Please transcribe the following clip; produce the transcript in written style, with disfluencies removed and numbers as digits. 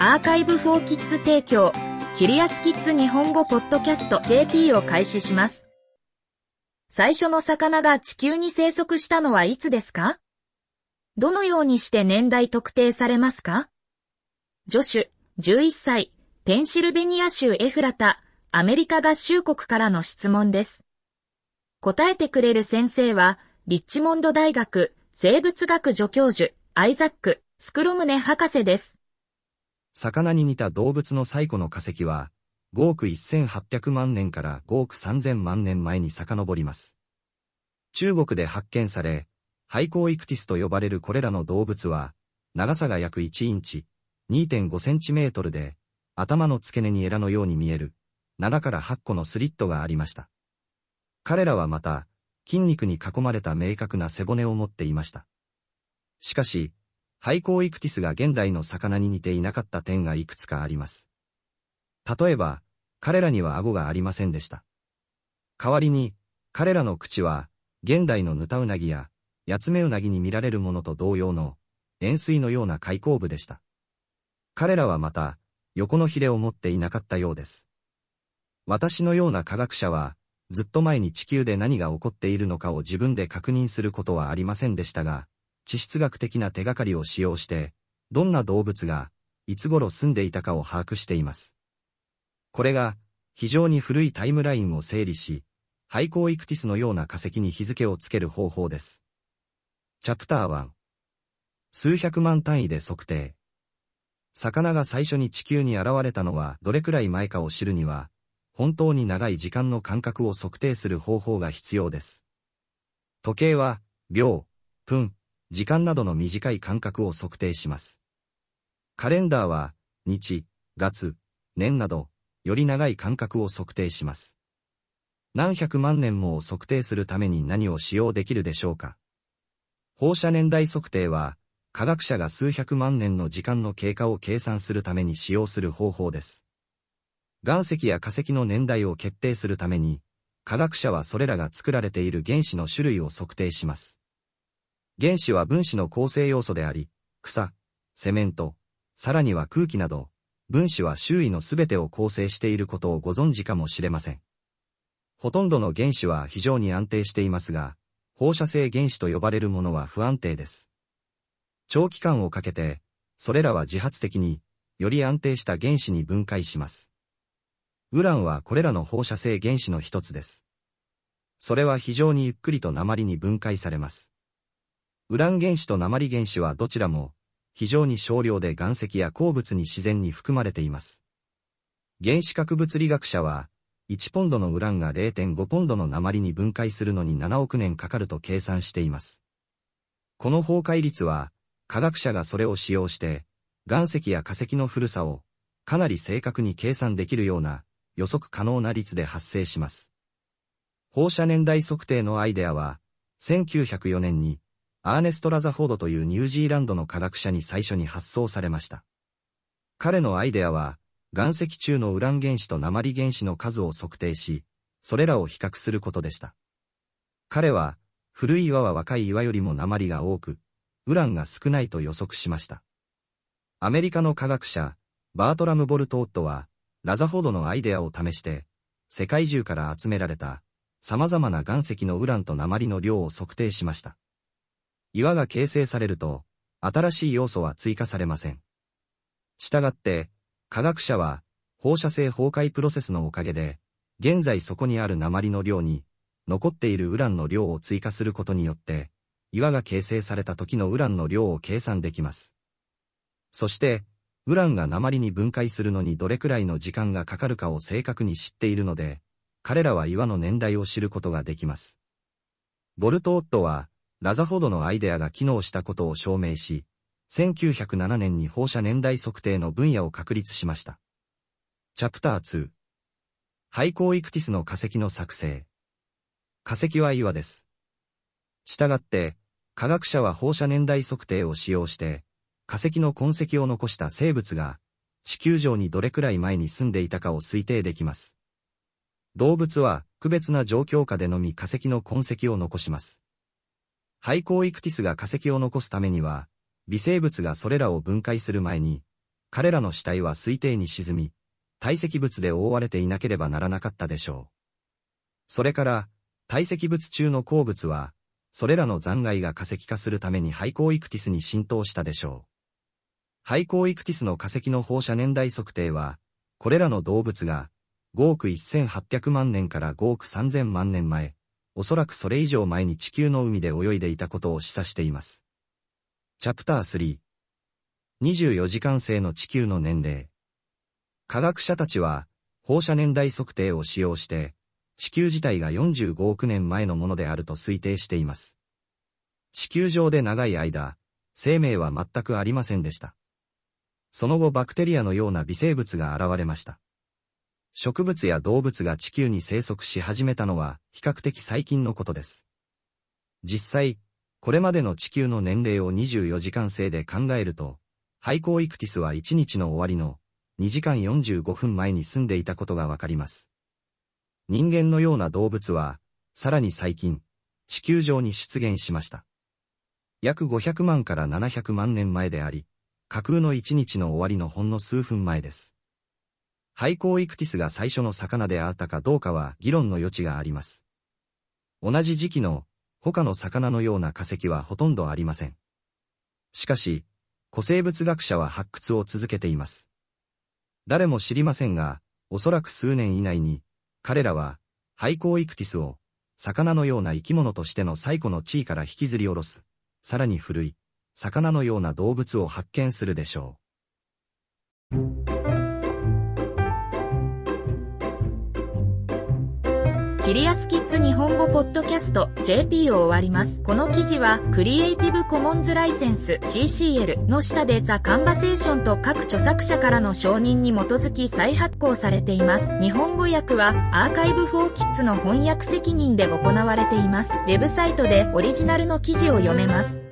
アーカイブフォーキッズ提供、キリアスキッズ日本語ポッドキャスト JP を開始します。最初の魚が地球に生息したのはいつですか？どのようにして年代特定されますか？ジョシュ、11歳、ペンシルベニア州エフラタ、アメリカ合衆国からの質問です。答えてくれる先生は、リッチモンド大学生物学助教授、アイザック・スクロムネ博士です。 魚に似た動物の最古の化石は、5億1800万年から5億3000万年前に遡ります。中国で発見され、ハイコウイクティスと呼ばれるこれらの動物は、長さが約1インチ、2.5 センチメートルで、頭の付け根にエラのように見える、7から8個のスリットがありました。彼らはまた、筋肉に囲まれた明確な背骨を持っていました。しかし、ハイコウイクティスが現代の魚に似ていなかった点がいくつかあります。例えば、彼らには顎がありませんでした。代わりに、彼らの口は、現代のヌタウナギや、ヤツメウナギに見られるものと同様の、円錐のような開口部でした。彼らはまた、横のヒレを持っていなかったようです。私のような科学者は、ずっと前に地球で何が起こっているのかを自分で確認することはありませんでしたが、地質学的な手がかりを使用して、どんな動物が、いつ頃住んでいたかを把握しています。これが、非常に古いタイムラインを整理し、ハイコウイクティスのような化石に日付をつける方法です。チャプター1。数百万単位で測定。魚が最初に地球に現れたのはどれくらい前かを知るには、本当に長い時間の間隔を測定する方法が必要です。時計は、秒、分、時間などの短い間隔を測定します。カレンダーは、日、月、年など、より長い間隔を測定します。何百万年もを測定するために何を使用できるでしょうか。放射年代測定は、科学者が数百万年の時間の経過を計算するために使用する方法です。岩石や化石の年代を決定するために、科学者はそれらが作られている原子の種類を測定します。原子は分子の構成要素であり、草、セメント、さらには空気など、分子は周囲のすべてを構成していることをご存知かもしれません。ほとんどの原子は非常に安定していますが、放射性原子と呼ばれるものは不安定です。長期間をかけて、それらは自発的に、より安定した原子に分解します。ウランはこれらの放射性原子の一つです。それは非常にゆっくりと鉛に分解されます。ウラン原子と鉛原子はどちらも、非常に少量で岩石や鉱物に自然に含まれています。原子核物理学者は、1ポンドのウランが 0.5 ポンドの鉛に分解するのに7億年かかると計算しています。この崩壊率は、科学者がそれを使用して、岩石や化石の古さを、かなり正確に計算できるような、予測可能な率で発生します。放射年代測定のアイデアは、1904年に、アーネスト・ラザフォードというニュージーランドの科学者に最初に発想されました。彼のアイデアは、岩石中のウラン原子と鉛原子の数を測定し、それらを比較することでした。彼は、古い岩は若い岩よりも鉛が多く、ウランが少ないと予測しました。アメリカの科学者、バートラム・ボルトウッドは、ラザフォードのアイデアを試して、世界中から集められた、様々な岩石のウランと鉛の量を測定しました。岩が形成されると、新しい要素は追加されません。したがって、科学者は、放射性崩壊プロセスのおかげで、現在そこにある鉛の量に、残っているウランの量を追加することによって、岩が形成された時のウランの量を計算できます。そして、ウランが鉛に分解するのにどれくらいの時間がかかるかを正確に知っているので、彼らは岩の年代を知ることができます。ボルト・オットは、ラザフォードのアイデアが機能したことを証明し、1907年に放射年代測定の分野を確立しました。チャプター2。ハイコウイクティスの化石の作成。化石は岩です。したがって、科学者は放射年代測定を使用して、化石の痕跡を残した生物が、地球上にどれくらい前に住んでいたかを推定できます。動物は、特別な状況下でのみ化石の痕跡を残します。ハイコウイクティスが化石を残すためには、微生物がそれらを分解する前に、 彼らの死体は水底に沈み、堆積物で覆われていなければならなかったでしょう。それから、堆積物中の鉱物は、それらの残骸が化石化するために廃鉱イクティスに浸透したでしょう。廃鉱イクティスの化石の放射年代測定は、これらの動物が、5億1800万年から5億3000万年前、おそらくそれ以上前に地球の海で泳いでいたことを示唆しています。チャプター3。24時間生の地球の年齢。科学者たちは、放射年代測定を使用して、地球自体が45億年前のものであると推定しています。地球上で長い間、生命は全くありませんでした。その後バクテリアのような微生物が現れました。植物や動物が地球に生息し始めたのは比較的最近のことです。実際、これまでの地球の年齢を24時間制で考えると、廃鉱イクティスは1日の終わりの2時間45分前に住んでいたことがわかります。人間のような動物は、さらに最近、地球上に出現しました。約500万から700万年前であり、架空の1日の終わりのほんの数分前です。廃鉱イクティスが最初の魚であったかどうかは議論の余地があります。同じ時期の他の魚のような化石はほとんどありません。しかし、古生物学者は発掘を続けています。誰も知りませんが、おそらく数年以内に、彼らは廃鉱イクティスを魚のような生き物としての最古の地位から引きずり下ろす、さらに古い魚のような動物を発見するでしょう。 キリアスキッズ日本語ポッドキャスト JP を終わります。この記事はクリエイティブコモンズライセンス CCL の下でザ・カンバセーションと各著作者からの承認に基づき再発行されています。日本語訳はアーカイブフォーキッズの翻訳責任で行われています。ウェブサイトでオリジナルの記事を読めます。